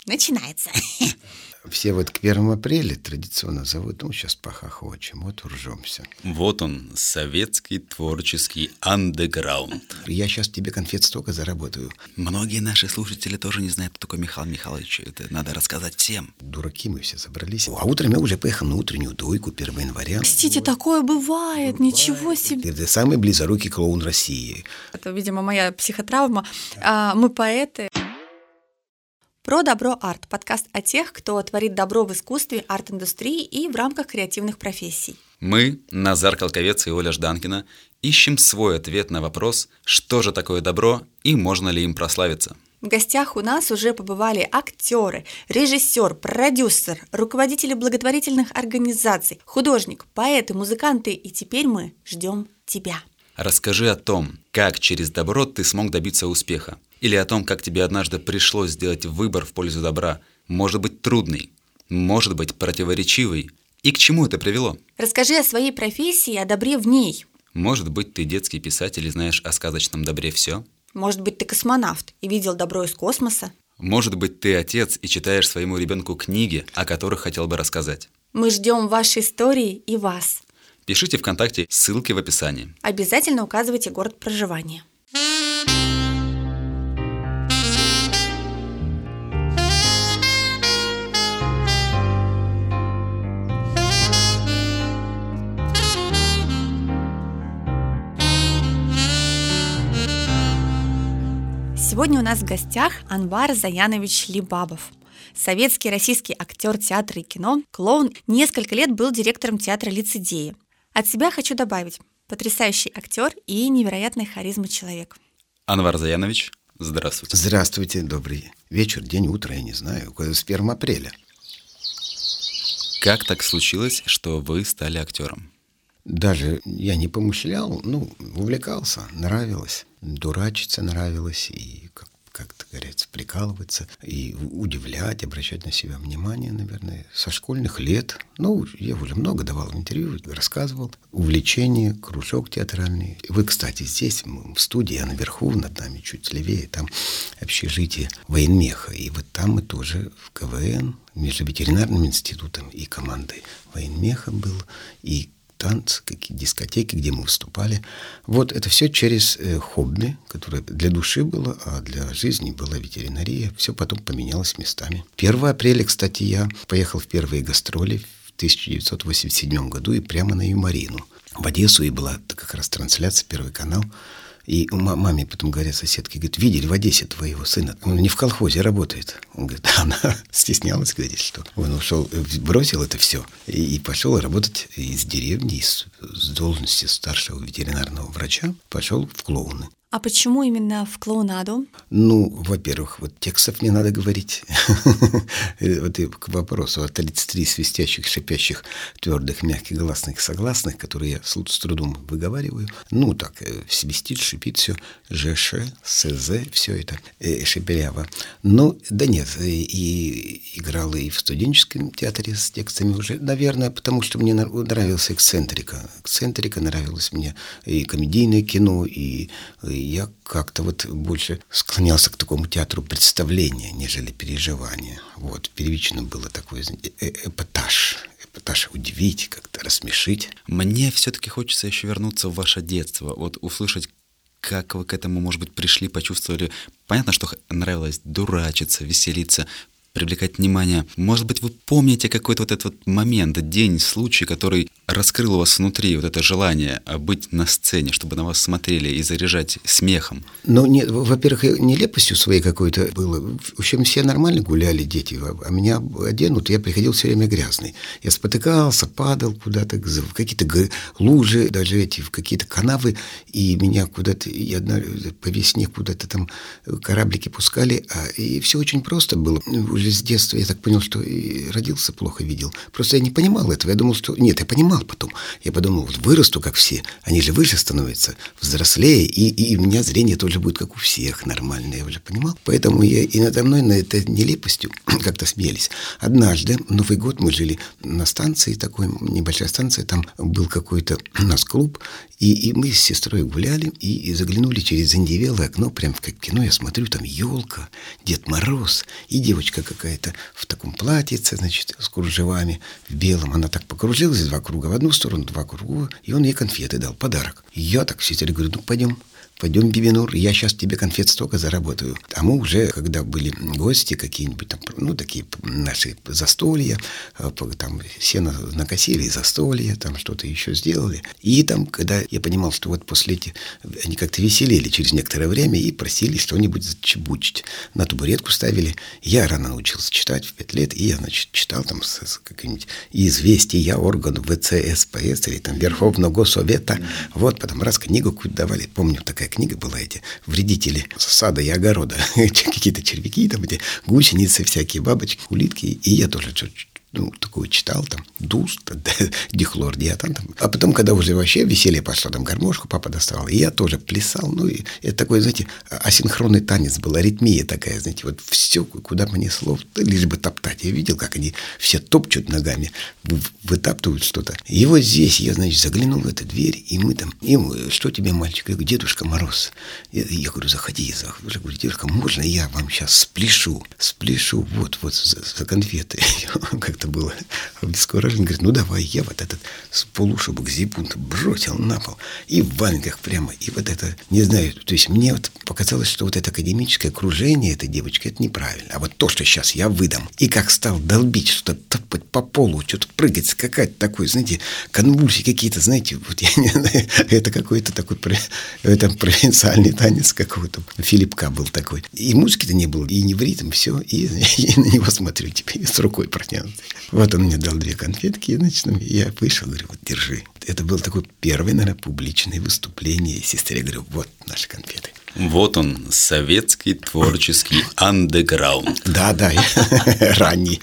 начинается. Все вот к 1 апреля традиционно зовут, сейчас похохочем, вот уржемся. Вот он, советский творческий андеграунд. Я сейчас тебе конфет столько заработаю. Многие наши слушатели тоже не знают, кто такой Михаил Михайлович. Это надо рассказать всем. Дураки мы все собрались. А утром я уже поехал на утреннюю дойку 1 января. Простите, такое бывает, ничего себе. Это самый близорукий клоун России. Это, видимо, моя психотравма. Мы поэты. Про добро арт. Подкаст о тех, кто творит добро в искусстве, арт-индустрии и в рамках креативных профессий. Мы, Назар Колковец и Оля Жданкина, ищем свой ответ на вопрос, что же такое добро и можно ли им прославиться. В гостях у нас уже побывали актеры, режиссер, продюсер, руководители благотворительных организаций, художник, поэты, музыканты, и теперь мы ждем тебя. Расскажи о том, как через добро ты смог добиться успеха. Или о том, как тебе однажды пришлось сделать выбор в пользу добра. Может быть трудный, может быть противоречивый. И к чему это привело? Расскажи о своей профессии и о добре в ней. Может быть, ты детский писатель и знаешь о сказочном добре все? Может быть, ты космонавт и видел добро из космоса? Может быть, ты отец и читаешь своему ребенку книги, о которых хотел бы рассказать? Мы ждем ваши истории и вас. Пишите ВКонтакте, ссылки в описании. Обязательно указывайте город проживания. Сегодня у нас в гостях Анвар Заянович Либабов. Советский российский актер театра и кино, клоун, несколько лет был директором театра «Лицедеи». От себя хочу добавить: потрясающий актер и невероятной харизмы человек. Анвар Заянович, здравствуйте. Здравствуйте, добрый вечер, день, утро, я не знаю, с 1 апреля. Как так случилось, что вы стали актером? Даже я не помышлял, увлекался, нравилось. Дурачиться нравилось и, как-то говорится, прикалываться, и удивлять, обращать на себя внимание, наверное, со школьных лет. Я уже много давал интервью, рассказывал. Увлечение, кружок театральный. Вы, кстати, здесь, в студии, а наверху, над нами, чуть левее, там общежитие военмеха. И вот там мы тоже в КВН, между ветеринарным институтом и командой военмеха был, и танцы, какие дискотеки, где мы выступали. Вот это все через хобби, которое для души было, а для жизни была ветеринария. Все потом поменялось местами. 1 апреля, кстати, я поехал в первые гастроли в 1987 году и прямо на Юморину в Одессу, и была как раз трансляция, Первый канал. И маме потом говорят, соседки, говорят, видели в Одессе твоего сына? Он не в колхозе работает. Он говорит, она стеснялась, говорит, что он ушел, бросил это все и пошел работать из деревни, с должности старшего ветеринарного врача, пошел в клоуны. А почему именно в клоунаду? Во-первых, текстов не надо говорить. Вот и к вопросу о 33 свистящих, шипящих, твердых, мягких, гласных, согласных, которые я с трудом выговариваю. Свистит, шипит все. ЖШ, СЗ, все это шепеляво. Да нет, и играл и в студенческом театре с текстами уже, наверное, потому что мне нравилась эксцентрика. Эксцентрика нравилась мне, и комедийное кино, и я как-то больше склонялся к такому театру представления, нежели переживания. Первично было такой эпатаж удивить, как-то рассмешить. Мне все-таки хочется еще вернуться в ваше детство, услышать, как вы к этому, может быть, пришли, почувствовали. Понятно, что нравилось дурачиться, веселиться, привлекать внимание. Может быть, вы помните какой-то этот момент, день, случай, который раскрыл у вас внутри это желание быть на сцене, чтобы на вас смотрели и заряжать смехом? Нет, во-первых, нелепостью своей какой-то было. В общем, все нормально гуляли, дети, а меня оденут, я приходил все время грязный. Я спотыкался, падал куда-то в какие-то лужи, даже в какие-то канавы, и меня куда-то, по весне куда-то там кораблики пускали, и все очень просто было. Уже с детства я так понял, что и родился, плохо видел. Просто я не понимал этого. Я думал, что... Нет, я понимал потом. Я подумал, вырасту, как все. Они же выше становятся, взрослее, и у меня зрение тоже будет, как у всех, нормальное. Я уже понимал. Поэтому и надо мной на этой нелепостью как-то смеялись. Однажды, в Новый год, мы жили на станции такой, небольшая станция, там был какой-то у нас клуб, и мы с сестрой гуляли, и заглянули через заиндевелое окно, прям как в кино, я смотрю, там елка, Дед Мороз, и девочка как какая-то в таком платьице, значит, с кружевами, в белом. Она так покружилась 2 круга в одну сторону, 2 круга, и он ей конфеты дал, подарок. И я так сестре говорю, ну, пойдем, Бибинур, я сейчас тебе конфет столько заработаю. А мы уже, когда были гости какие-нибудь там, ну, такие наши застолья, там сено накосили, застолья, там что-то еще сделали. И там, когда я понимал, что вот после этих, они как-то веселели через некоторое время и просили что-нибудь зачебучить. На табуретку ставили. Я рано научился читать, в 5 лет, и я, значит, читал там какие-нибудь известия органов ВЦСПС или там Верховного Госсовета. Вот, потом раз книгу какую-то давали. Помню, такая книга была, эти вредители сада и огорода, какие-то червяки, там эти гусеницы всякие, бабочки, улитки, и я тоже такое читал, там, дуст, дихлордиатан, там. А потом, когда уже вообще веселье пошло, там, гармошку папа доставал, и я тоже плясал, ну, и это такой, знаете, асинхронный танец был, аритмия такая, знаете, вот все, куда понесло, лишь бы топтать. Я видел, как они все топчут ногами, вытаптывают что-то. И вот здесь я, значит, заглянул в эту дверь, и мы там, что тебе, мальчик? Я говорю, Дедушка Мороз. Я говорю, заходи, я говорю, Дедушка, можно я вам сейчас спляшу, вот за конфеты? Как-то было обескуражен, говорит, ну давай, я вот этот полушубок зипун бросил на пол, и в валенках прямо, и вот это, не знаю, то есть мне вот показалось, что вот это академическое окружение этой девочки, это неправильно. А вот то, что сейчас я выдам, и как стал долбить, что-то топать по полу, что-то прыгать, скакать такой, знаете, конвульсии какие-то, знаете, вот я не знаю, это какой-то такой это провинциальный танец какой-то, Филиппка был такой. И музыки-то не было, и не в ритм, все, и на него смотрю, теперь с рукой протянутой. Вот он мне дал 2 конфетки, значит, я вышел, говорю, вот держи. Это было такое первое, наверное, публичное выступление. Сестре говорю, вот наши конфеты. Вот он, советский творческий андеграунд. Да, ранний,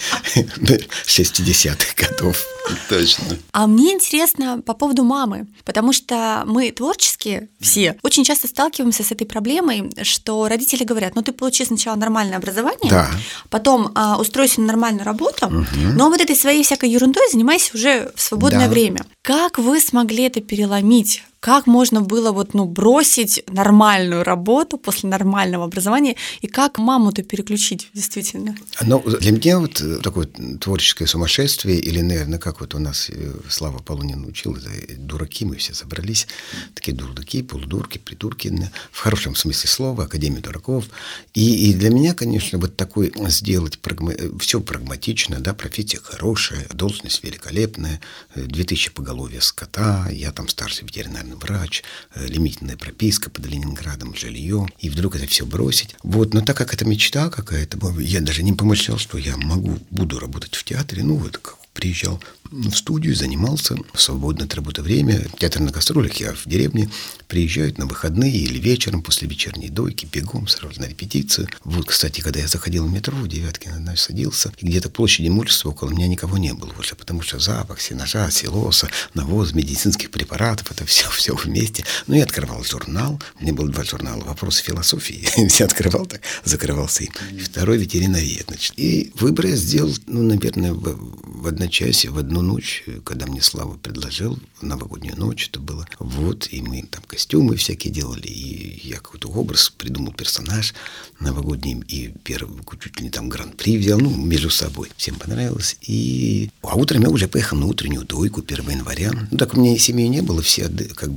60-х годов. Точно. А мне интересно по поводу мамы, потому что мы творческие все очень часто сталкиваемся с этой проблемой, что родители говорят, ну ты получи сначала нормальное образование, да. Потом устройся на нормальную работу, но вот этой своей всякой ерундой занимайся уже в свободное время. Как вы смогли это переломить? Как можно было бросить нормальную работу после нормального образования, и как маму-то переключить действительно? Ну, для меня вот такое творческое сумасшествие, или, наверное, как вот у нас Слава Полунин учил, дураки, мы все собрались, такие дураки, полудурки, придурки, в хорошем смысле слова, Академия дураков. И для меня, конечно, вот такой сделать все прагматично, да, профессия хорошая, должность великолепная, 2000 поголовья скота, я там старший ветеринарный врач, лимитная прописка под Ленинградом, жилье, и вдруг это все бросить. Вот, но так как это мечта какая-то, я даже не помышлял, что я буду работать в театре, приезжал в студию, занимался в свободное от работы время. Театр на гастролях, я в деревне, приезжают на выходные или вечером после вечерней дойки, бегом сразу на репетицию. Вот, кстати, когда я заходил в метро, в Девяткино, садился, и где-то площади Мужества около меня никого не было уже, потому что запах сенажа, силоса, навоз, медицинских препаратов, это все вместе. Ну, я открывал журнал, у меня было 2 журнала, «Вопросы философии», все открывал так, закрывался им. И 2 ветеринария, значит. И выбор я сделал, наверное, в одночасье, в одну ночь, когда мне Слава предложил, новогоднюю ночь это было. Вот, и мы там костюмы всякие делали, и я какой-то образ придумал, персонаж новогодний, и первый чуть ли не там гран-при взял, между собой. Всем понравилось. А утром я уже поехал на утреннюю дойку 1 января. Так у меня семьи не было, все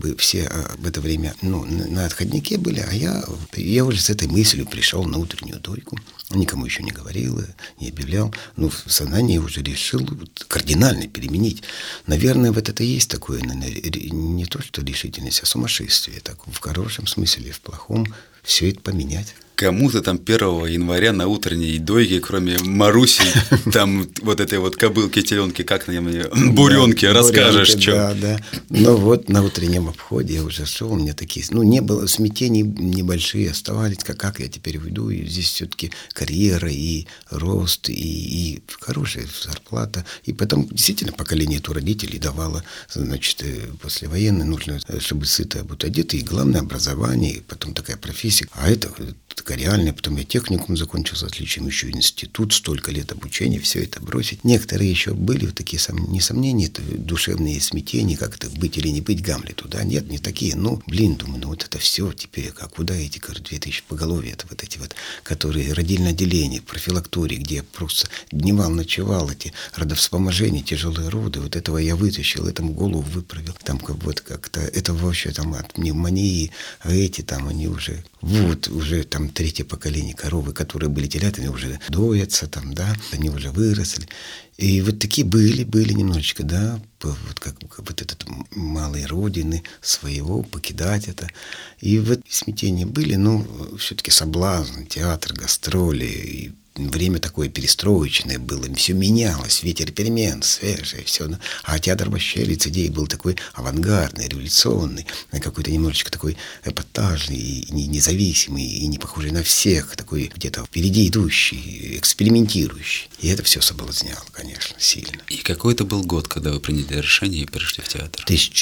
в это время на отходнике были, а я уже с этой мыслью пришел на утреннюю дойку. Никому еще не говорил, не объявлял. В сознании уже решил кардинально переменить. Наверное, вот это и есть такое, не то что решительность, а сумасшествие. Так, в хорошем смысле, в плохом, все это поменять. Кому-то там 1 января на утренней дойке, кроме Маруси, там вот этой вот кобылки, теленки, как на мне, буренки, расскажешь, что. Да. Но вот на утреннем обходе я уже шел, у меня такие, не было смятений небольшие, оставались, как я теперь уйду, и здесь все-таки карьера, и рост, и хорошая зарплата. И потом, действительно, поколение у родителей давало, значит, послевоенное, нужно, чтобы сыто быть одеты, и главное образование, и потом такая профессия. А это музыкальный, потом я техникум закончил с отличием, еще институт, столько лет обучения, все это бросить. Некоторые еще были вот такие несомнения, душевные смятения, как это быть или не быть Гамлету, да, нет, не такие, думаю, вот это все теперь, а куда эти, 2000 поголовья, это вот эти вот, которые родильное отделение, профилактории, где я просто дневал, ночевал, эти родовспоможения, тяжелые роды, вот этого я вытащил, этому голову выправил, там как-то, это вообще там от пневмонии, а эти там, они уже там третье поколение коровы, которые были телятами, уже доятся там, да, они уже выросли. И вот такие были немножечко, да, вот как вот этот малой родины своего, покидать это. И вот смятения были, все-таки соблазн, театр, гастроли, и время такое перестроечное было, все менялось, ветер перемен, свежее, все. А театр вообще лицедей был такой авангардный, революционный, какой-то немножечко такой эпатажный, и независимый, и не похожий на всех, такой где-то впереди идущий, экспериментирующий. И это все соблазняло, конечно, сильно. И какой это был год, когда вы приняли решение и перешли в театр?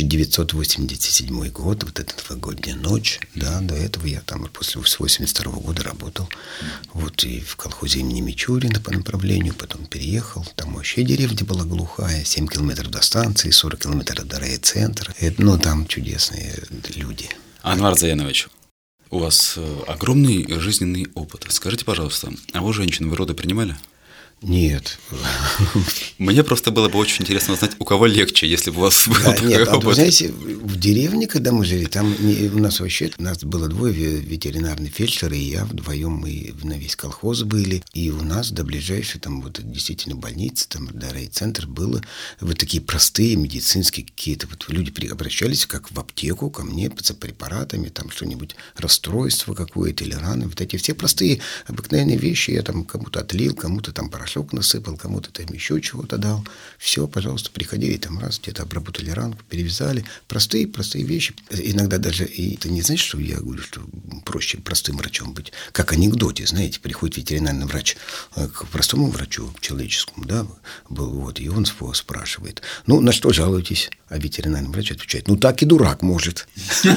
1987 год, вот эта новогодняя ночь, да, до этого я там после 82 года работал, вот и в колхозе имени Мичурина по направлению, потом переехал, там вообще деревня была глухая, 7 километров до станции, 40 километров до райцентра, там чудесные люди. Анвар Заянович, у вас огромный жизненный опыт. Скажите, пожалуйста, а вы, женщины, вы роды принимали? Нет. Мне просто было бы очень интересно узнать, у кого легче, если бы у вас был такой опыт. Вы знаете, в деревне, когда мы жили, там у нас было двое ветеринарных фельдшеры, и я вдвоем, мы на весь колхоз были, и у нас до ближайшей, там вот действительно больницы, там до райцентра было вот такие простые медицинские какие-то, вот люди обращались как в аптеку ко мне за препаратами, там что-нибудь, расстройство какое-то или раны, вот эти все простые обыкновенные вещи, я там кому-то отлил, кому-то там порошок насыпал, кому-то там еще чего-то дал. Все, пожалуйста, приходи, там раз где-то обработали ранку, перевязали. Простые вещи. Иногда даже, и это не значит, что я говорю, что проще простым врачом быть. Как анекдоте, знаете, приходит ветеринарный врач к простому врачу, человеческому, да, и он спрашивает, на что жалуетесь? А ветеринарный врач отвечает, так и дурак может.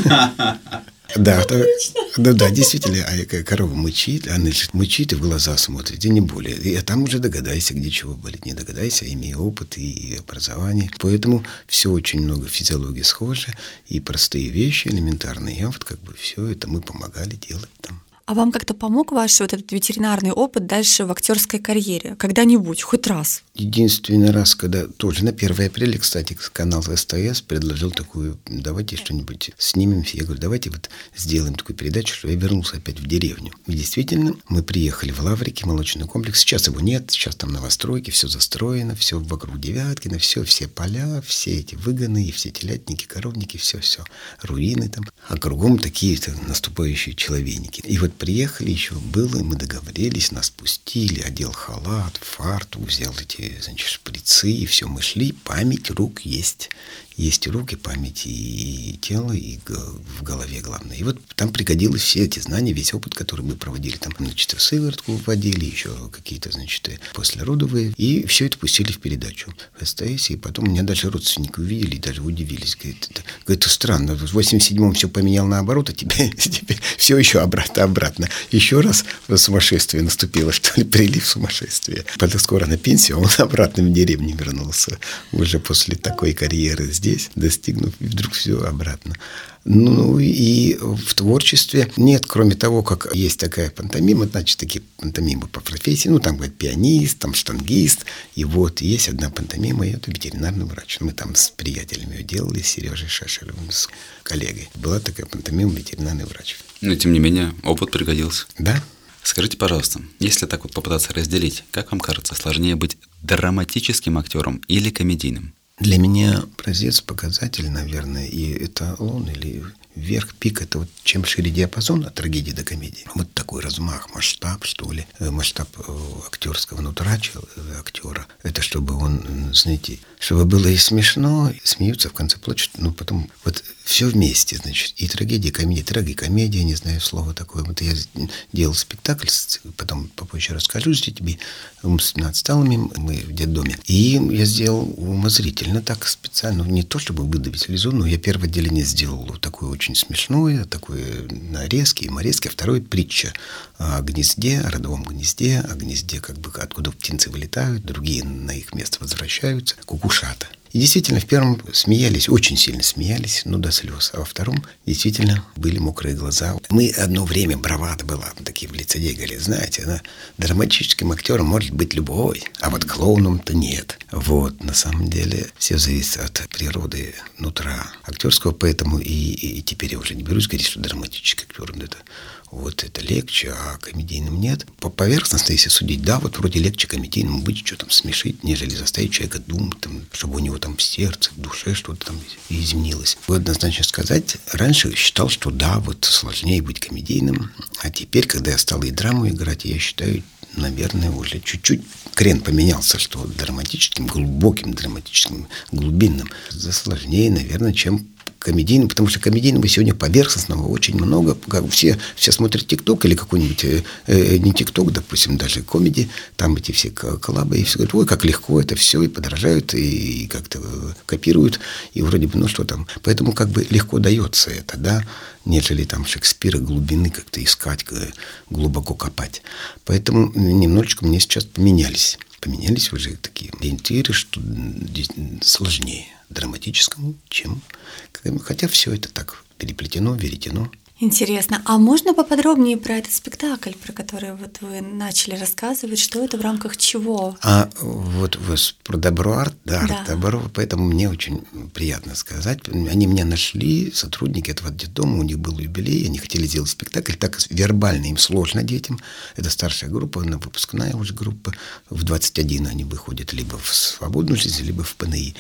Да, действительно, корова мычит, она мычит и в глаза смотрит, и не более. И там уже догадайся, где чего болит, не догадайся, имея опыт и образование. Поэтому все очень много физиологии схоже, и простые вещи элементарные. И все это мы помогали делать там. А вам как-то помог ваш вот этот ветеринарный опыт дальше в актерской карьере? Когда-нибудь, хоть раз? Единственный раз, когда тоже на 1 апреля, кстати, канал СТС предложил такую, давайте что-нибудь снимемся. Я говорю, давайте сделаем такую передачу, что я вернулся опять в деревню. И действительно, мы приехали в Лаврики, молочный комплекс. Сейчас его нет, сейчас там новостройки, все застроено, все вокруг Девяткина, все поля, все эти выгоны, и все телятники, коровники, все, руины там. А кругом такие наступающие человейники. И приехали, еще было, мы договорились, нас пустили, одел халат, фартук, взял эти, шприцы, и все, мы шли, память рук есть. Есть и руки, память, и тело, и в голове главное. И там пригодилось все эти знания, весь опыт, который мы проводили. Там, сыворотку вводили, еще какие-то, послеродовые. И все это пустили в передачу в СТС. И потом меня даже родственники увидели и даже удивились. Говорит, это странно, в 87-м все поменял наоборот, а теперь все еще обратно. Еще раз сумасшествие наступило, что ли, прилив сумасшествия. Потом скоро на пенсию, он обратно в деревню вернулся. Уже после такой карьеры здесь, достигнув, и вдруг все обратно. И в творчестве нет, кроме того, как есть такая пантомима, такие пантомимы по профессии, там говорят пианист, там штангист, и есть одна пантомима, и это ветеринарный врач. Мы там с приятелями ее делали, с Сережей Шашеровым, с коллегой. Была такая пантомима, ветеринарный врач. Но, тем не менее, опыт пригодился. Да. Скажите, пожалуйста, если так попытаться разделить, как вам кажется, сложнее быть драматическим актером или комедийным? Для меня образец, показатель, наверное, и эталон или верх, пик, это чем шире диапазон от трагедии до комедии. Такой размах, масштаб, что ли, масштаб актерского нутра актера. Это чтобы он, чтобы было и смешно, и смеются, в конце плачут, потом вот все вместе, значит, и трагедия, комедия, трагикомедия, не знаю слова такое. Вот я делал спектакль, потом попозже расскажу с детьми, умственно отсталыми, мы в детдоме. И я сделал умозрительно так специально, не то чтобы выдавить слезу, но я первое отделение сделал такое очень смешное, такое нарезки, юморески, а второе притча о гнезде, о родовом гнезде, о гнезде, как бы откуда птенцы вылетают, другие на их место возвращаются, кукушата. И действительно, в первом смеялись, очень сильно смеялись, до слез. А во втором действительно были мокрые глаза. Мы одно время, бравада была, такие в лицедее говорили, знаете, драматическим актером может быть любой, а вот клоуном-то нет. Вот, на самом деле, все зависит от природы нутра актерского, поэтому и теперь я уже не берусь говорить, что драматический актер это легче, а комедийным нет. По поверхностно, если судить, вот вроде легче комедийному быть, что там смешить, нежели заставить человека думать, чтобы у него там в сердце, в душе что-то там изменилось. Однозначно сказать, раньше считал, что сложнее быть комедийным, а теперь, когда я стал и драму играть, я считаю, наверное, уже чуть-чуть крен поменялся, что драматическим, глубоким драматическим, глубинным сложнее, наверное, чем комедийным, потому что комедийного сегодня поверхностного очень много. Все смотрят ТикТок или какой-нибудь, не ТикТок, допустим, даже комедий, там эти все коллабы, и все говорят, ой, как легко это все, и подражают, и как-то копируют, и вроде бы, что там. Поэтому как бы легко дается это, нежели там Шекспира глубины как-то искать, глубоко копать. Поэтому немножечко мне сейчас поменялись уже такие ориентиры, что сложнее драматическому, чем... Хотя все это так переплетено, веретено. Интересно. А можно поподробнее про этот спектакль, про который вы начали рассказывать? Что это, в рамках чего? Про добро-арт, арт-добро, поэтому мне очень приятно сказать. Они меня нашли, сотрудники этого детдома, у них был юбилей, они хотели сделать спектакль, так вербально им сложно детям. Это старшая группа, она выпускная уже группа. В 21 они выходят либо в свободную жизнь, либо в ПНИ.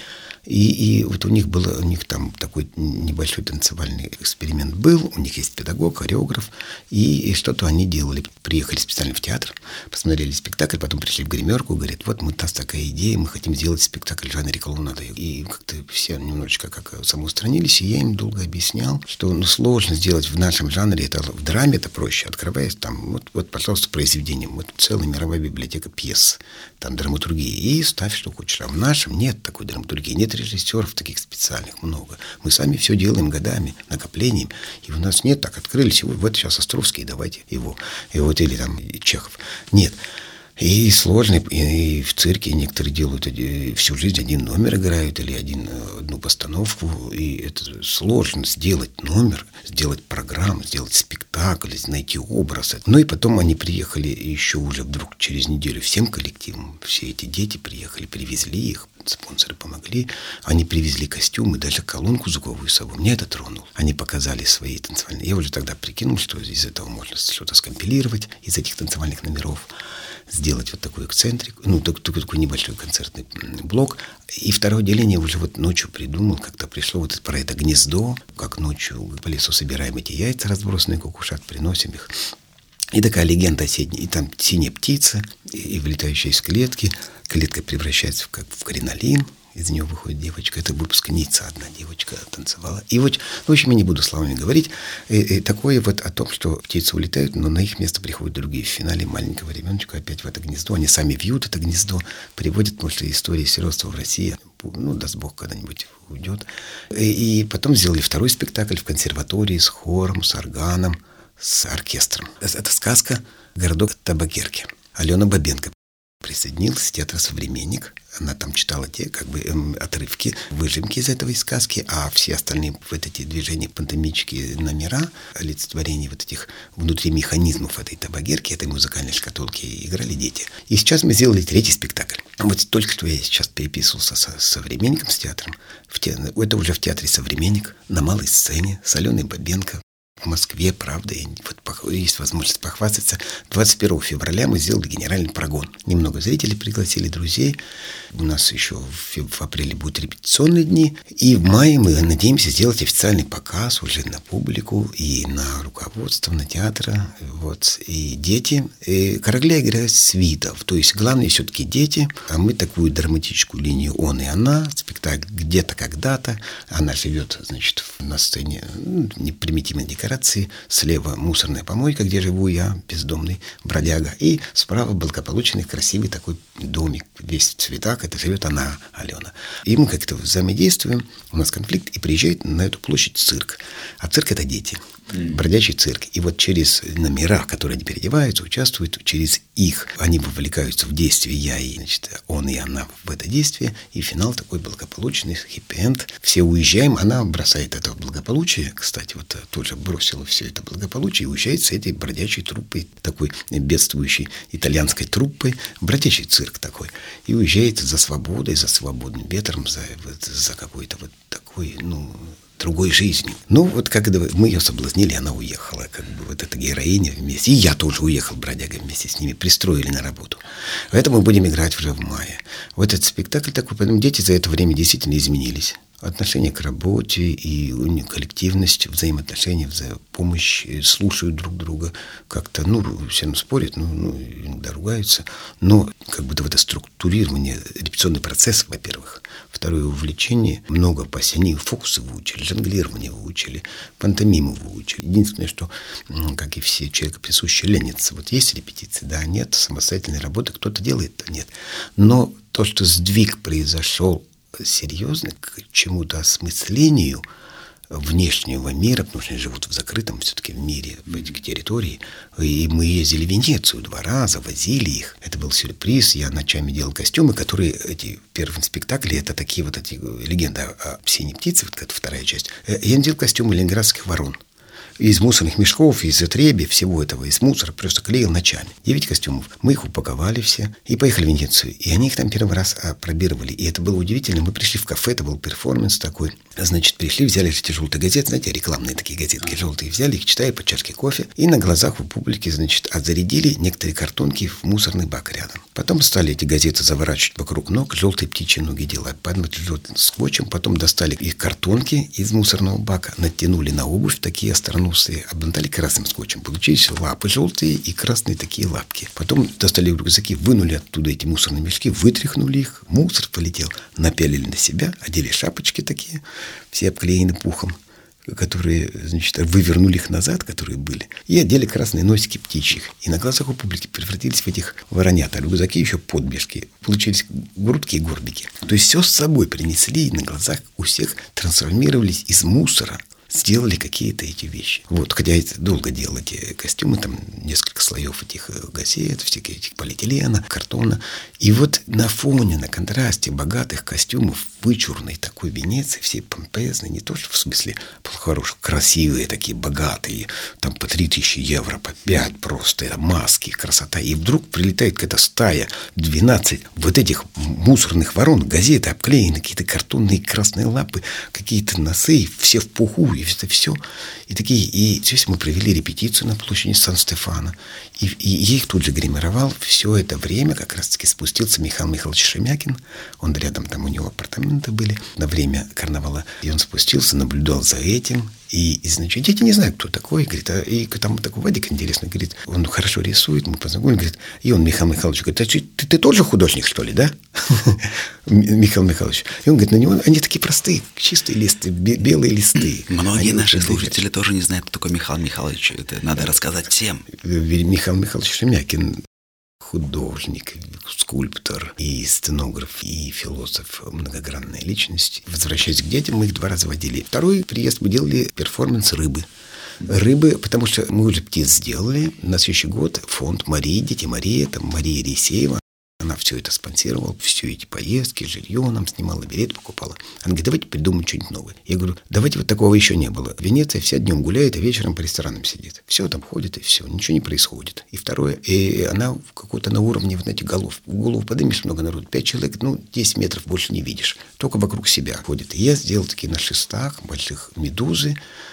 И у них там такой небольшой танцевальный эксперимент был, у них есть педагог, хореограф, и что-то они делали. Приехали специально в театр, посмотрели спектакль, потом пришли в гримерку, говорят, у нас такая идея, мы хотим сделать спектакль в жанре клоунада. И как-то все немножечко самоустранились, и я им долго объяснял, что сложно сделать в нашем жанре, в драме это проще, открываясь там, пожалуйста, произведение, целая мировая библиотека пьес, там драматургии, и ставь, что хочешь. А в нашем нет такой драматургии, нет режиссеров таких специальных много. Мы сами все делаем годами, накоплением, и у нас нет, так открылись, сейчас Островский, давайте его. Или там Чехов. Нет. И сложно, и в цирке некоторые делают всю жизнь один номер играют или одну постановку, и это сложно сделать номер, сделать программу, сделать спектакль, найти образ. И потом они приехали еще уже вдруг через неделю всем коллективом, все эти дети приехали, привезли их, спонсоры помогли, они привезли костюмы, даже колонку звуковую с собой. Меня это тронуло. Они показали свои танцевальные. Я уже тогда прикинул, что из этого можно что-то скомпилировать, из этих танцевальных номеров, сделать такой эксцентрик, такой небольшой концертный блок. И второе отделение уже ночью придумал, когда пришло про это гнездо, как ночью по лесу собираем эти яйца, разбросанные кукушат, приносим их. И такая легенда осенняя. И там синяя птица, и вылетающая из клетки. Клетка превращается в кринолин. Из нее выходит девочка. Это выпускница, одна девочка танцевала. И в общем, я не буду словами говорить. Такое о том, что птицы улетают, но на их место приходят другие. В финале маленького ребеночка опять в это гнездо. Они сами вьют это гнездо, приводят, потому что история сиротства в России, даст Бог, когда-нибудь уйдет. И потом сделали второй спектакль в консерватории с хором, с органом, с оркестром. Это сказка «Городок Табакерки». Алена Бабенко присоединилась в театр «Современник». Она там читала те отрывки, выжимки из этой сказки, а все остальные эти движения, пантомимические номера, олицетворения этих внутри механизмов этой табакерки, этой музыкальной шкатулки играли дети. И сейчас мы сделали третий спектакль. Только что я сейчас переписывался с «Современником», с театром. Это уже в театре «Современник», на малой сцене, с Аленой Бабенко. в Москве, правда, и вот есть возможность похвастаться. 21 февраля мы сделали генеральный прогон. Немного зрителей пригласили, друзей. У нас еще в апреле будут репетиционные дни. И в мае мы надеемся сделать официальный показ уже на публику и на руководство, на театр. Вот. И дети. И Карагляя играет свитов. То есть главное все-таки дети. А мы такую драматическую линию «Он и она». Спектакль «Где-то, когда-то». Она живет, значит, на сцене непримитивной декорации. Слева мусорная помойка, где живу я, бездомный бродяга. И справа благополучный, красивый такой домик, весь в цветах. Это живет она, Алена. И мы как-то взаимодействуем, у нас конфликт, и приезжает на эту площадь цирк. А цирк — это дети. Бродячий цирк. И вот через номера, которые они переодеваются, участвуют, через их, они вовлекаются в действие, я и, значит, он и она в это действие, и финал такой благополучный, хэппи-энд. Все уезжаем, она бросает это благополучие, кстати, вот тоже бросила все это благополучие и уезжает с этой бродячей труппой, такой бедствующей итальянской труппой, бродячий цирк такой, и уезжает за свободой, за свободным ветром, за какой-то вот такой, другой жизни. Вот когда мы ее соблазнили, она уехала, как бы вот эта героиня вместе. И я тоже уехал, бродяга, вместе с ними, пристроили на работу. Поэтому мы будем играть уже в мае. Вот этот спектакль такой, поэтому дети за это время действительно изменились. Отношение к работе и коллективность, взаимоотношения, помощь, слушают друг друга, как-то, все равно спорят, иногда ругаются, но как будто в это структурирование, репетиционный процесс, во-первых. Второе, увлечение, много они фокусы выучили, жонглирование выучили, пантомиму выучили. Единственное, что, как и все, человек присуще ленится. Вот есть репетиции, да, нет, самостоятельной работы кто-то делает, нет. Но то, что сдвиг произошел серьезно к чему-то осмыслению внешнего мира, потому что они живут в закрытом все-таки в мире, в этих территории. И мы ездили в Венецию 2 раза, возили их. Это был сюрприз. Я ночами делал костюмы, которые, эти первые спектакли, это такие вот эти легенды о «Синей птице», вот это 2-я часть. Я делал костюмы ленинградских ворон. Из мусорных мешков, из отребья, всего этого, из мусора просто клеил ночами. 9 костюмов. Мы их упаковали все и поехали в Венецию. И они их там первый раз опробировали. И это было удивительно. Мы пришли в кафе, это был перформанс такой. Значит, пришли, взяли эти желтые газеты, знаете, рекламные такие газетки желтые, взяли их, читая по чашке кофе. И на глазах у публики, значит, зарядили некоторые картонки в мусорный бак рядом. Потом стали эти газеты заворачивать вокруг ног, желтые птичьи ноги делать, желтым скотчем. Потом достали их картонки из мусорного бака, натянули на обувь такие остроносые, обмотали красным скотчем. Получились лапы желтые и красные такие лапки. Потом достали рюкзаки, вынули оттуда эти мусорные мешки, вытряхнули их, мусор полетел, напялили на себя, одели шапочки такие, все обклеены пухом, которые, значит, вывернули их назад, которые были, и одели красные носики птичьих. И на глазах у публики превратились в этих воронят, а рюкзаки еще подбежки. Получились грудки и горбики. То есть все с собой принесли, и на глазах у всех трансформировались из мусора, сделали какие-то эти вещи. Вот, хотя я долго делал эти костюмы, там несколько слоев этих газет, всяких этих полиэтилена, картона. И вот на фоне, на контрасте богатых костюмов вычурной такой Венеции, все помпезные, не то что в смысле хороших, красивые такие, богатые, там по 3000 евро, по 5 просто, маски, красота. И вдруг прилетает какая-то стая, 12 вот этих мусорных ворон, газеты обклеены, какие-то картонные красные лапы, какие-то носы, все в пуху, и это все. И такие, и здесь мы провели репетицию на площади Сан-Стефано. И я их тут же гримировал. Все это время как раз-таки спустился Михаил Михайлович Шемякин. Он рядом, там у него апартаменты были на время карнавала. И он спустился, наблюдал за этим. И значит, дети не знают, кто такой. Говорит, и там такой Вадик интересный. Говорит, он хорошо рисует, мы познакомились. Говорит, и он, Михаил Михайлович, говорит, ты тоже художник, что ли, да? Михаил Михайлович. И он говорит, на него они такие простые, чистые листы, белые листы. Многие наши слушатели тоже не знают, кто такой Михаил Михайлович. Это надо рассказать всем. Михаил Михайлович Шемякин художник, скульптор и сценограф, и философ, многогранная личность. Возвращаясь к детям, мы их 2 раза водили. Второй приезд мы делали перформанс рыбы. Рыбы, потому что мы уже птиц сделали. На следующий год фонд Марии, Дети Марии, там Мария Рисеева. Она все это спонсировала, все эти поездки, жилье нам снимала, билет покупала. Она говорит, давайте придумаем что-нибудь новое. Я говорю, давайте, вот такого еще не было. Венеция вся днем гуляет, а вечером по ресторанам сидит. Все там ходит, и все, ничего не происходит. И второе, и она какой-то на уровне, вот эти голов. В голову поднимешь много народу, 5 человек, 10 метров больше не видишь. Только вокруг себя ходит. И я сделал такие на шестах больших медузы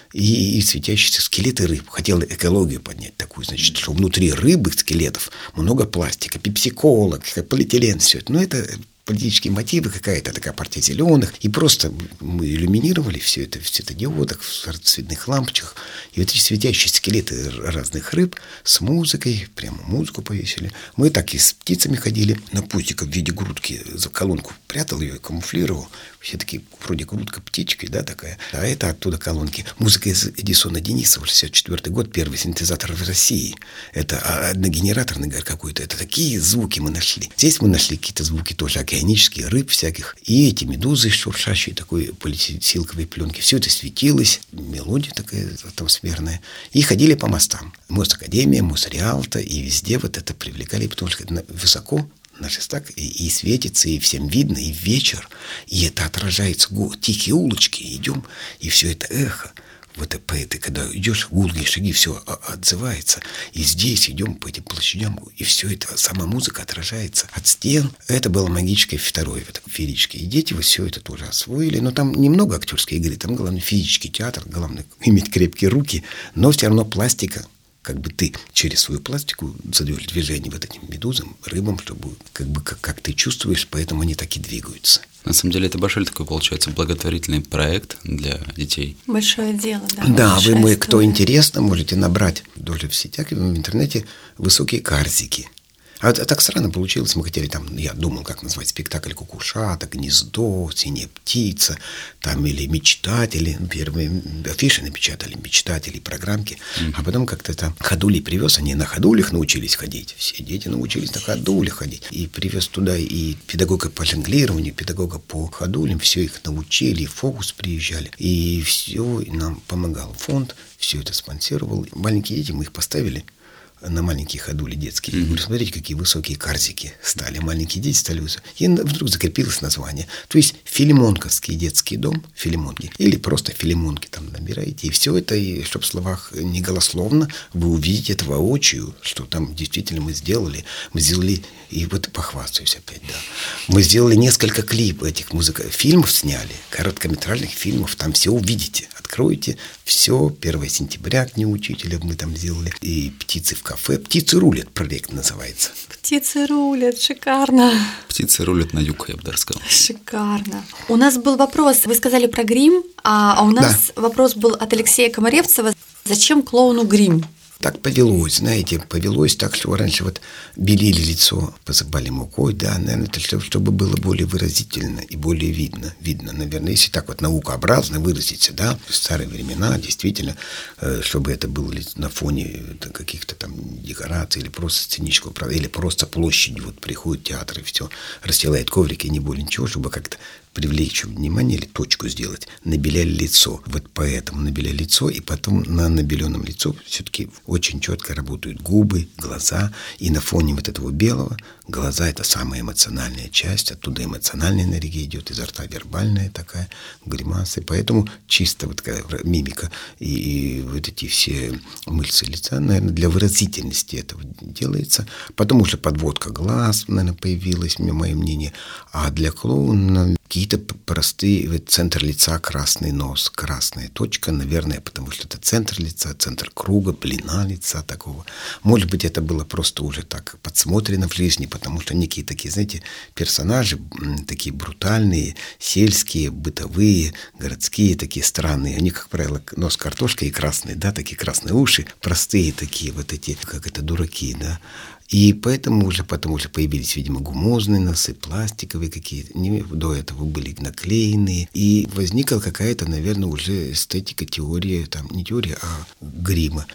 и светящиеся скелеты рыб. Хотел экологию поднять такую, значит, что внутри рыбы, скелетов, много пластика, пепси-кола, полиэтилен, все это. Но это политические мотивы, какая-то такая партия зеленых. И просто мы иллюминировали все это в светодиодах, в цветных лампочках. И вот эти светящие скелеты разных рыб с музыкой, прямо музыку повесили. Мы так и с птицами ходили. На пустика в виде грудки за колонку прятал ее и камуфлировал. Все такие, вроде грудка птички, да, такая. А это оттуда колонки. Музыка из Эдисона Денисова, 64 год, первый синтезатор в России. Это одногенераторный какой-то. Это такие звуки мы нашли. Здесь мы нашли какие-то звуки тоже океанические, рыб всяких. И эти медузы шуршащие такой полисилковой пленки. Все это светилось. Мелодия такая атмосферная. И ходили по мостам. Мосакадемия, Мосриалто. И везде вот это привлекали, потому что высоко на шестак и светится, и всем видно, и вечер, и это отражается, тихие улочки, идем, и все это эхо. Вот это, когда идешь, гулкие шаги, все отзывается. И здесь идем по этим площадям, и все это, сама музыка отражается от стен. Это было магическое второе, феерическое. И дети вот все это тоже освоили. Но там немного актерской игры, там главное физический театр, главное иметь крепкие руки, но все равно пластика. Как бы ты через свою пластику задаешь движение вот этим медузам, рыбам, чтобы как ты чувствуешь, поэтому они так и двигаются. На самом деле это большой такой, получается, благотворительный проект для детей. Большое дело, да. Да, кто интересно, можете набрать тоже в сетях, в интернете «Высокие карзики». А так странно получилось, мы хотели там, я думал, как назвать спектакль «Кукушата», «Гнездо», «Синяя птица», там или «Мечтатели», первые афиши напечатали, «Мечтатели», программки, а потом как-то там ходули привез, они на ходулях научились ходить, все дети научились на ходулях ходить, и привез туда и педагога по жонглированию, педагога по ходулям, все их научили, и фокус приезжали, и все, и нам помогал фонд, все это спонсировал, маленькие дети, мы их поставили на маленькие ходули детские. Я говорю, смотрите, какие высокие карзики стали. Маленькие дети стали высокие. И вдруг закрепилось название. То есть Филимонковский детский дом, Филимонки, или просто Филимонки там набираете. И все это, и чтобы в словах не голословно, вы увидите это воочию, что там действительно мы сделали. Мы сделали, и вот похвастаюсь опять, да. Мы сделали несколько клипов этих фильмов сняли, короткометражных фильмов, там все увидите. Откройте, все, 1 сентября к Дню учителя мы там сделали. И птицы в кафе. «Птицы рулят» проект называется. «Птицы рулят», шикарно. «Птицы рулят» на юг, я бы даже сказал. Шикарно. У нас был вопрос, вы сказали про грим, а у нас вопрос был от Алексея Комаревцева. Зачем клоуну грим? Так повелось, знаете, повелось так, что раньше вот белили лицо, посыпали мукой, да, наверное, это чтобы было более выразительно и более видно. Видно, наверное, если так вот наукообразно выразиться, да, в старые времена, действительно, чтобы это было на фоне каких-то там декораций или просто сценического, или просто площади, вот приходит театр и все, расстилает коврики и не более ничего, чтобы как-то привлечь внимание или точку сделать, набеляли лицо. Вот поэтому набеляли лицо, и потом на набеленном лицо все-таки очень четко работают губы, глаза, и на фоне вот этого белого глаза — это самая эмоциональная часть, оттуда эмоциональная энергия идет, изо рта вербальная такая, гримасы, поэтому чисто вот такая мимика и вот эти все мышцы лица, наверное, для выразительности этого делается. Потом уже подводка глаз, наверное, появилась, мое мнение, а для клоуна какие-то простые, вот центр лица, красный нос, красная точка, наверное, потому что это центр лица, центр круга, длина лица такого. Может быть, это было просто уже так подсмотрено в жизни, потому что некие такие, знаете, персонажи, такие брутальные, сельские, бытовые, городские, такие странные, они, как правило, нос картошкой и красные, да, такие красные уши, простые такие вот эти, как это, дураки, да. И поэтому уже потом уже появились, видимо, гумозные носы, пластиковые какие-то. До этого были наклеенные. И возникла какая-то, наверное, уже эстетика, теория, там не теория, а грима.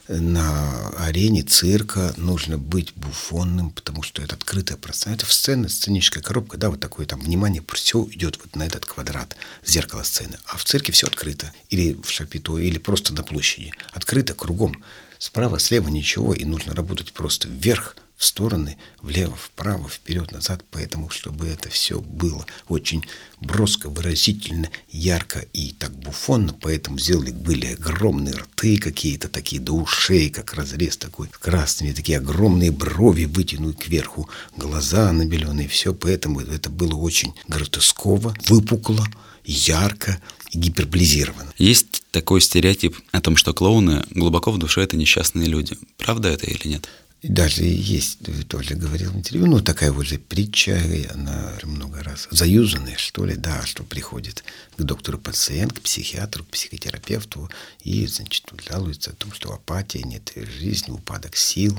На арене цирка нужно быть буфонным, потому что это открытое пространство. Это сцена, сценическая коробка, да, вот такое там внимание, все идет вот на этот квадрат, зеркало сцены. А в цирке все открыто. Или в Шапито, или просто на площади. Открыто кругом. Справа, слева ничего, и нужно работать просто вверх, в стороны, влево, вправо, вперед, назад, поэтому, чтобы это все было очень броско, выразительно, ярко и так буфонно, поэтому были огромные рты какие-то такие до ушей, как разрез такой, красными, такие огромные брови вытянуты кверху, глаза набеленные, все, поэтому это было очень гротесково, выпукло, ярко и гиперболизировано. Есть такой стереотип о том, что клоуны глубоко в душе — это несчастные люди. Правда это или нет? И даже есть, тоже говорил в интервью, такая вот же притча, она много раз заюзанная, что ли, да, что приходит к доктору пациент, к психиатру, к психотерапевту и, значит, жалуется о том, что апатия, нет жизни, упадок сил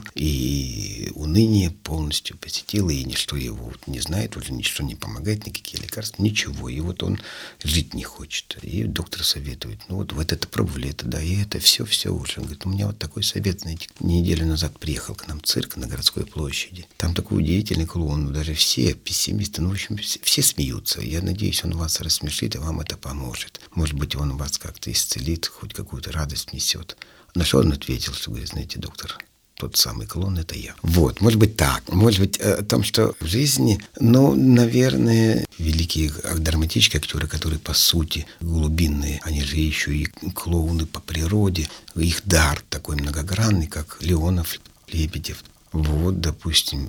и уныние полностью посетило, и ничто его не знает, уже ничто не помогает, никакие лекарства, ничего, и вот он жить не хочет. И доктор советует, вот это пробовали, это, да, и это все уже. Он говорит, у меня вот такой совет, знаете, неделю назад приехал к нам цирк на городской площади. Там такой удивительный клоун, даже все пессимисты, в общем, все смеются. Я надеюсь, он вас рассмешит, и вам это поможет. Может быть, он вас как-то исцелит, хоть какую-то радость несет. На что он ответил, что говорит, знаете, доктор, тот самый клоун — это я. Вот, может быть, так. Может быть, о том, что в жизни, наверное, великие драматические актеры, которые, по сути, глубинные, они же еще и клоуны по природе. Их дар такой многогранный, как Леонов, Лебедев. Вот, допустим,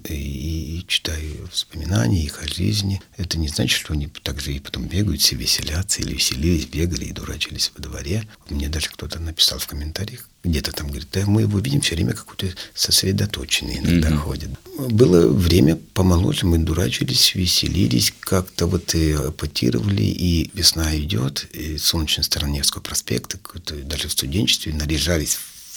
и читаю воспоминания их о жизни. Это не значит, что они также и потом бегают, все веселятся, или веселились, бегали и дурачились во дворе. Мне даже кто-то написал в комментариях, где-то там, говорит, да мы его видим все время какой-то сосредоточенный иногда ходит. Было время помоложе, мы дурачились, веселились, как-то и апатировали, и весна идет, и солнечная сторона Невского проспекта, даже в студенчестве наряжались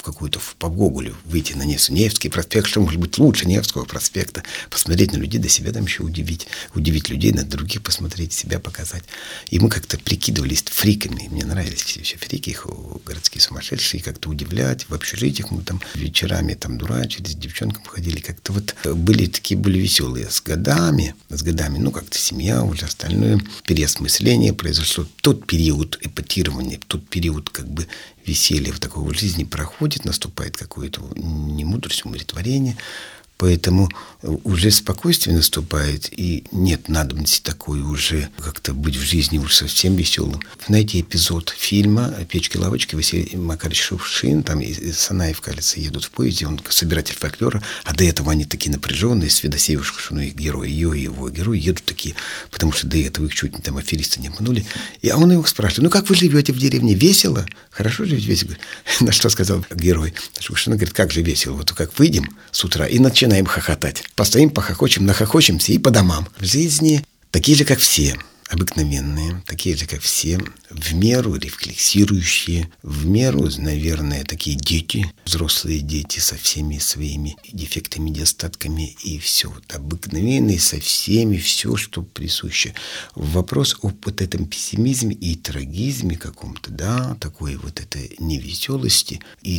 по Гоголю выйти на Невский проспект, что может быть лучше Невского проспекта, посмотреть на людей, до себя там еще удивить людей, на других посмотреть, себя показать. И мы как-то прикидывались фриками, мне нравились все еще фрики, их городские сумасшедшие, как-то удивлять. В общежитиях мы там вечерами там дурачились, с девчонками ходили, как-то были веселые. С годами, как-то семья, уже остальное, переосмысление произошло. Тот период эпатирования, тот период веселье в такой жизни проходит, наступает какое-то не мудрость, умиротворение, поэтому уже спокойствие наступает, и нет надобности такой уже как-то быть в жизни уж совсем веселым. Знаете, эпизод фильма «Печки-лавочки», Василий Макарович Шукшин, там из Санаев, кажется, едут в поезде, он собиратель фольклора, а до этого они такие напряженные, с Федосеевой Шукшиной, герой, ее и его герои едут такие, потому что до этого их чуть не там аферисты не обманули. А он его спрашивает, как вы живете в деревне? Весело? Хорошо жить весело? На что сказал герой Шукшина, говорит, как же весело, как выйдем с утра и начинаем хохотать. Постоим, похохочем, нахохочемся и по домам. В жизни такие же, как все, обыкновенные, такие же, как все, в меру рефлексирующие, в меру, наверное, такие дети, взрослые дети со всеми своими дефектами, недостатками, и все обыкновенные со всеми, все, что присуще. Вопрос об этом пессимизме и трагизме каком-то, да, такой этой невеселости, и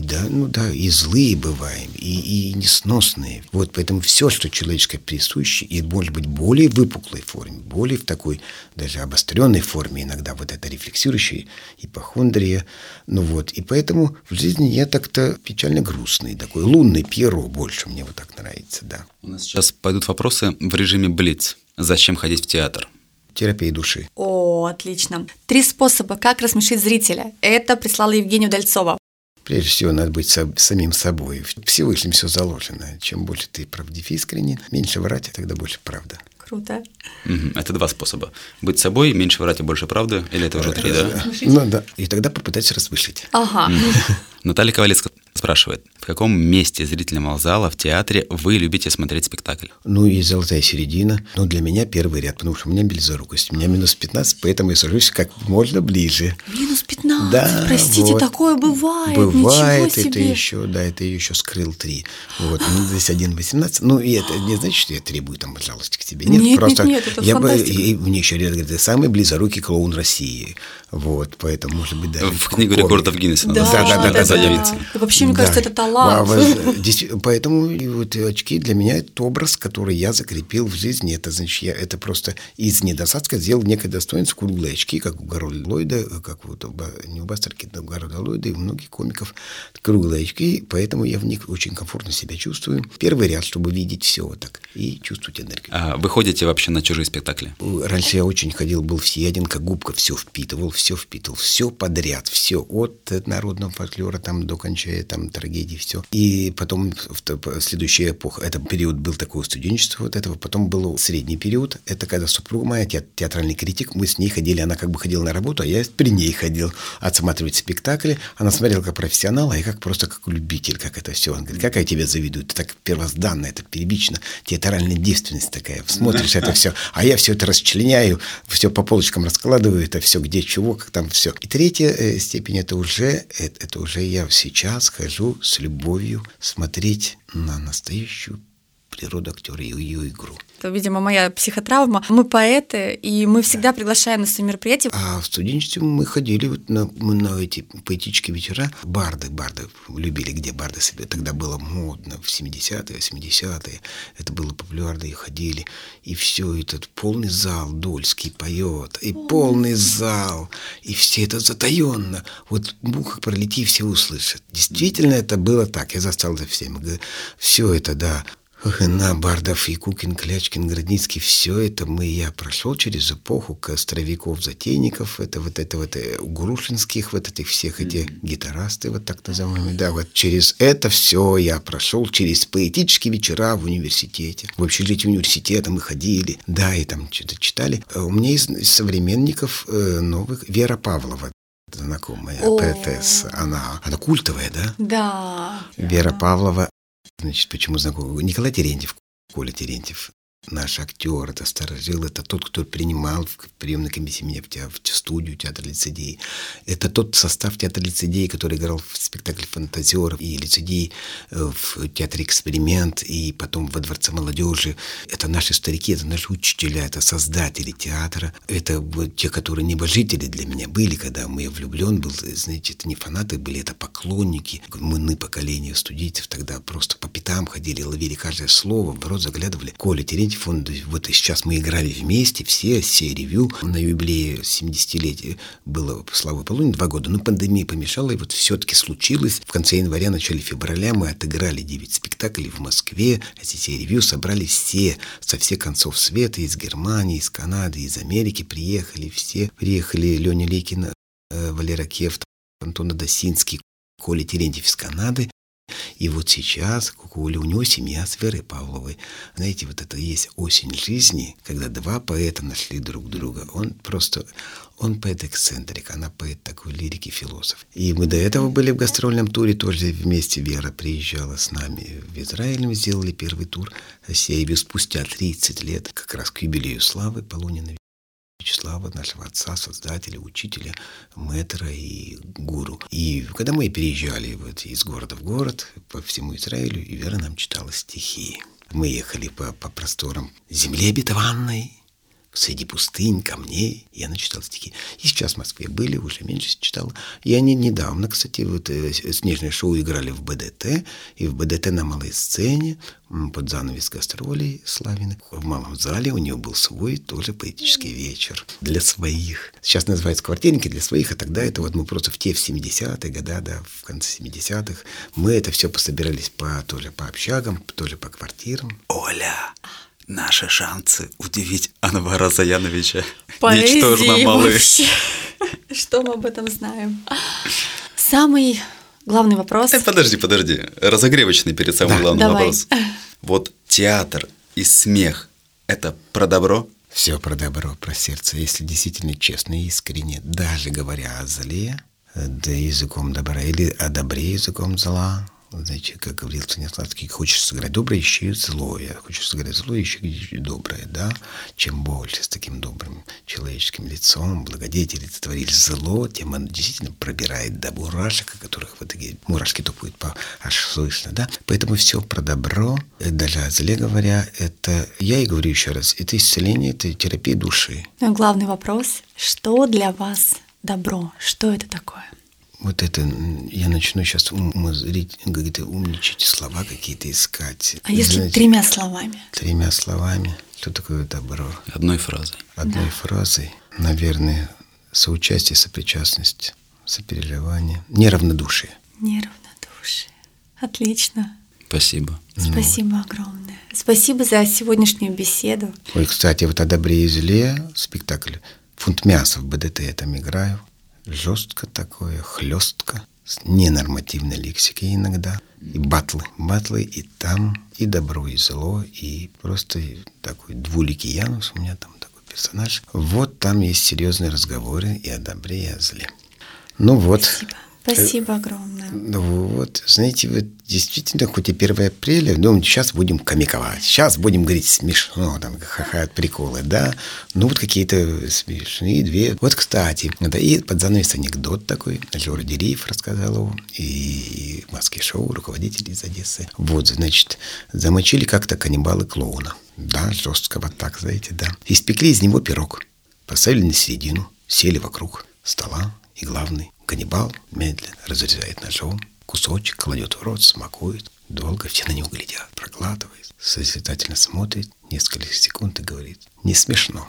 и злые бываем, и несносные. Поэтому все, что человеческое присуще, и, может быть, более выпуклой форме, более в такой даже обостренной форме иногда эта рефлексирующая ипохондрия. И поэтому в жизни я так-то печально грустный, такой лунный Пьеро больше мне так нравится, да. У нас сейчас пойдут вопросы в режиме блиц. Зачем ходить в театр? Терапия души. О, отлично. 3 способа, как рассмешить зрителя. Это прислала Евгения Удальцова. Прежде всего, надо быть самим собой. Всевышним все заложено. Чем больше ты правдив и искренен, меньше врать, тогда больше правда. Круто. Это 2 способа. Быть собой, меньше врать и больше правды, или это уже 3, да? Да. И тогда попытаться расмышлить. Ага. Наталья Ковалецкая спрашивает, в каком месте зрительного зала в театре вы любите смотреть спектакль? И золотая середина. Для меня первый ряд, потому что у меня близорукость. У меня минус 15, поэтому я сажусь как можно ближе. Минус 15? Да, простите, такое бывает. Бывает, ничего себе. это еще скрыл 3. Здесь 1,18. И это не значит, что я требую жалости к тебе. Нет, просто это фантастика. Мне еще говорят, ты самый близорукий клоун России. Поэтому, может быть, даже в книгу рекордов Гиннесса. Да. И вообще, мне кажется, это талант. Поэтому очки для меня это образ, который я закрепил в жизни. Это значит, это просто из недостатка сделал некое достоинство, круглые очки, как у Гарольда Ллойда, как не у Бастерки, но у Гарольда Ллойда и у многих комиков круглые очки, поэтому я в них очень комфортно себя чувствую. Первый ряд, чтобы видеть все вот так и чувствовать энергию. А вы ходите вообще на чужие спектакли? Раньше я очень ходил, был всеяден, как губка, все впитывал, все подряд, все от народного фольклора там до кончая там трагедии, все. И потом следующая эпоха, это период был такой студенчества вот этого, потом был средний период, это когда супруга моя, театральный критик, мы с ней ходили, она как бы ходила на работу, а я при ней ходил отсматривать спектакли, она смотрела как профессионал, а я как просто как любитель, как это все. Он говорит, как я тебя завидую, это так первозданно, это первично, театральная девственность такая, смотришь это все, а я все это расчленяю, все по полочкам раскладываю, это все где чего, как там все. И третья степень, это уже я сейчас хожу с любовью смотреть на настоящую природу актера и ее игру. Это, видимо, моя психотравма. Мы поэты, и мы всегда приглашаем на свои мероприятия. А в студенчестве мы ходили вот на эти поэтические вечера. Барды любили, где барды себе. Тогда было модно, в 70-е, 80-е. Это было популярно, и ходили. И все, этот полный зал Дольский поет, и полный зал, и все это затаенно. Вот муха пролети, все услышат. Действительно, это было так. Я застал за всем. Все это, да. На Бардов, Якукин, Клячкин, Градницкий, все это я прошел через эпоху костровиков, затейников, это Грушинских, вот этих всех эти гитарасты, вот так называемые, да, вот через это все я прошел, через поэтические вечера в университете. В общежитии университета мы ходили, да, и там что-то читали. У меня из современников новых Вера Павлова, знакомая поэтесса, она культовая, да? Да. Вера Павлова. Значит, почему знакомый? Николай Терентьев, Коля Терентьев, наш актер, это старожил, это тот, кто принимал в приемной комиссии меня в студию театра лицедеи. Это тот состав театра лицедеи, который играл в спектакле «Фантазеров» и лицедей в театре «Эксперимент», и потом во Дворце молодежи. Это наши старики, это наши учителя, это создатели театра. Это вот те, которые небожители для меня были, когда я влюблен был. Знаете, это не фанаты были, это поклонники. Мы поколение студентов тогда просто по пятам ходили, ловили каждое слово, в рот заглядывали. Коля Терентьев, вот и сейчас мы играли вместе, все ревью. На юбилее 70-летия было «Слава Полуни» 2 года, но пандемия помешала, и вот все-таки случилось. В конце января, начале февраля мы отыграли 9 спектаклей в Москве, эти ревью собрали все, со всех концов света, из Германии, из Канады, из Америки приехали все. Приехали Леня Лейкин, Валера Кефт, Антон Досинский, Коля Терентьев из Канады. И вот сейчас у него семья с Верой Павловой. Знаете, вот это есть осень жизни, когда 2 поэта нашли друг друга. Он поэт-эксцентрик, она поэт такой лирики, философ. И мы до этого были в гастрольном туре, тоже вместе. Вера приезжала с нами в Израиль, мы сделали первый тур России спустя 30 лет, как раз к юбилею Славы Полунина. Вячеслава, нашего отца, создателя, учителя, мэтра и гуру. И когда мы переезжали из города в город по всему Израилю, и Вера нам читала стихи. Мы ехали по просторам земли обетованной, среди пустынь, камней. Я начитал стихи. И сейчас в Москве были, уже меньше читал. И они недавно, кстати, снежное шоу играли в БДТ. И в БДТ на малой сцене под занавес гастролей Славиных. В малом зале у нее был свой тоже поэтический вечер для своих. Сейчас называется «Квартирники» для своих, а тогда это мы просто в 70-е годы, да, в конце 70-х, мы это все пособирались тоже по общагам, тоже по квартирам. Оля! Наши шансы удивить Анвара Заяновича Поэзии ничтожно малы. Вообще. Что мы об этом знаем? Самый главный вопрос. Подожди. Разогревочный перед самым главным вопросом. Вот театр и смех – это про добро? Все про добро, про сердце. Если действительно честно и искренне, даже говоря о зле, да языком добра, или о добре языком зла, знаете, как говорил Станиславский, хочешь сыграть доброе, ищи злое. Хочешь сыграть злое, ищи доброе, да? Чем больше с таким добрым человеческим лицом благодетели творили зло, тем оно действительно пробирает до мурашек, о которых вот такие мурашки топают аж слышно, да? Поэтому все про добро, даже о зле говоря, это, я и говорю еще раз, это исцеление, это терапия души. Но главный вопрос, что для вас добро? Что это такое? Вот это, я начну сейчас умничать, слова какие-то искать. А если 3 словами? 3 словами. Что такое добро? Одной фразой. Одной фразой. Наверное, соучастие, сопричастность сопереживание, неравнодушие. Неравнодушие. Отлично. Спасибо. Спасибо огромное. Спасибо за сегодняшнюю беседу. Ой, кстати, вот «О добре и зле» спектакль «Фунт мяса» в БДТ я там играю. Жестко такое, хлестко, с ненормативной лексикой иногда. И батлы и там, и добро, и зло, и просто такой двуликий Янус у меня там такой персонаж. Вот там есть серьезные разговоры и о добре, и о зле. Ну вот. Спасибо. Спасибо огромное. Ну вот, знаете, вот действительно, хоть и 1 апреля, ну, сейчас будем комиковать, сейчас будем говорить смешно, там, ха-ха, приколы, да, ну, вот какие-то смешные две. Вот, кстати, да, и под занавес анекдот такой, Жора Дереев рассказал его, и «Маски шоу», руководитель из Одессы. Вот, значит, замочили как-то каннибалы клоуна, да, жестко вот так, знаете, да. Испекли из него пирог, поставили на середину, сели вокруг стола, и главный каннибал медленно разрезает ножом кусочек, кладет в рот, смакует. Долго все на него глядят, проглатывает, созерцательно смотрит, несколько секунд и говорит: не смешно.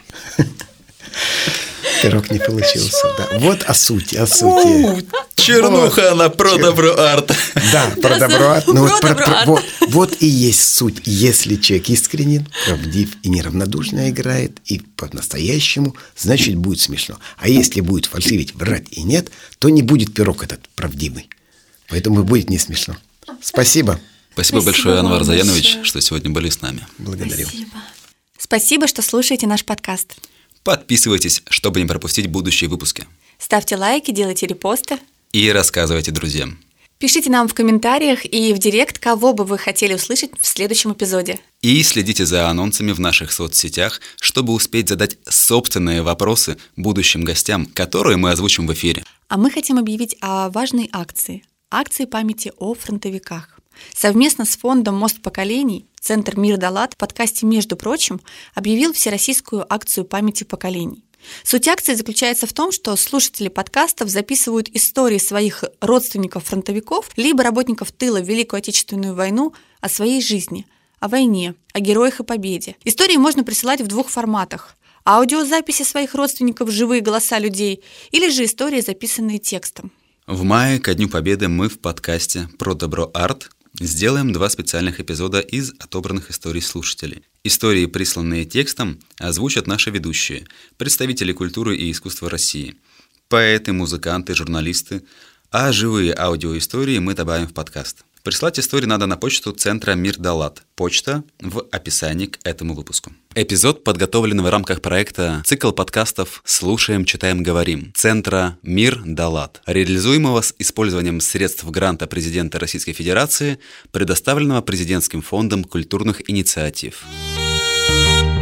Пирог не получился, да. Вот о сути. Чернуха она про добро-арт. Да, про добро-арт. Вот и есть суть. Если человек искренен, правдив и неравнодушно играет, и по-настоящему, значит, будет смешно. А если будет фальшивить, врать и нет, то не будет пирог этот правдивый. Поэтому будет не смешно. Спасибо. Спасибо большое, Анвар Заянович, что сегодня были с нами. Благодарю. Спасибо, что слушаете наш подкаст. Подписывайтесь, чтобы не пропустить будущие выпуски. Ставьте лайки, делайте репосты. И рассказывайте друзьям. Пишите нам в комментариях и в директ, кого бы вы хотели услышать в следующем эпизоде. И следите за анонсами в наших соцсетях, чтобы успеть задать собственные вопросы будущим гостям, которые мы озвучим в эфире. А мы хотим объявить о важной акции. Акции памяти о фронтовиках. Совместно с фондом «Мост поколений» Центр «Мир Далат» в подкасте «Между прочим» объявил всероссийскую акцию памяти поколений. Суть акции заключается в том, что слушатели подкастов записывают истории своих родственников-фронтовиков либо работников тыла в Великую Отечественную войну о своей жизни, о войне, о героях и победе. Истории можно присылать в 2 форматах: аудиозаписи своих родственников, живые голоса людей, или же истории, записанные текстом. В мае, ко Дню Победы, мы в подкасте «Про добро-арт» сделаем 2 специальных эпизода из отобранных историй слушателей. Истории, присланные текстом, озвучат наши ведущие, представители культуры и искусства России, поэты, музыканты, журналисты, а живые аудиоистории мы добавим в подкаст. Прислать истории надо на почту Центра «Мир Далат». Почта в описании к этому выпуску. Эпизод подготовлен в рамках проекта «Цикл подкастов «Слушаем, читаем, говорим» Центра «Мир Далат», реализуемого с использованием средств гранта президента Российской Федерации, предоставленного Президентским фондом культурных инициатив.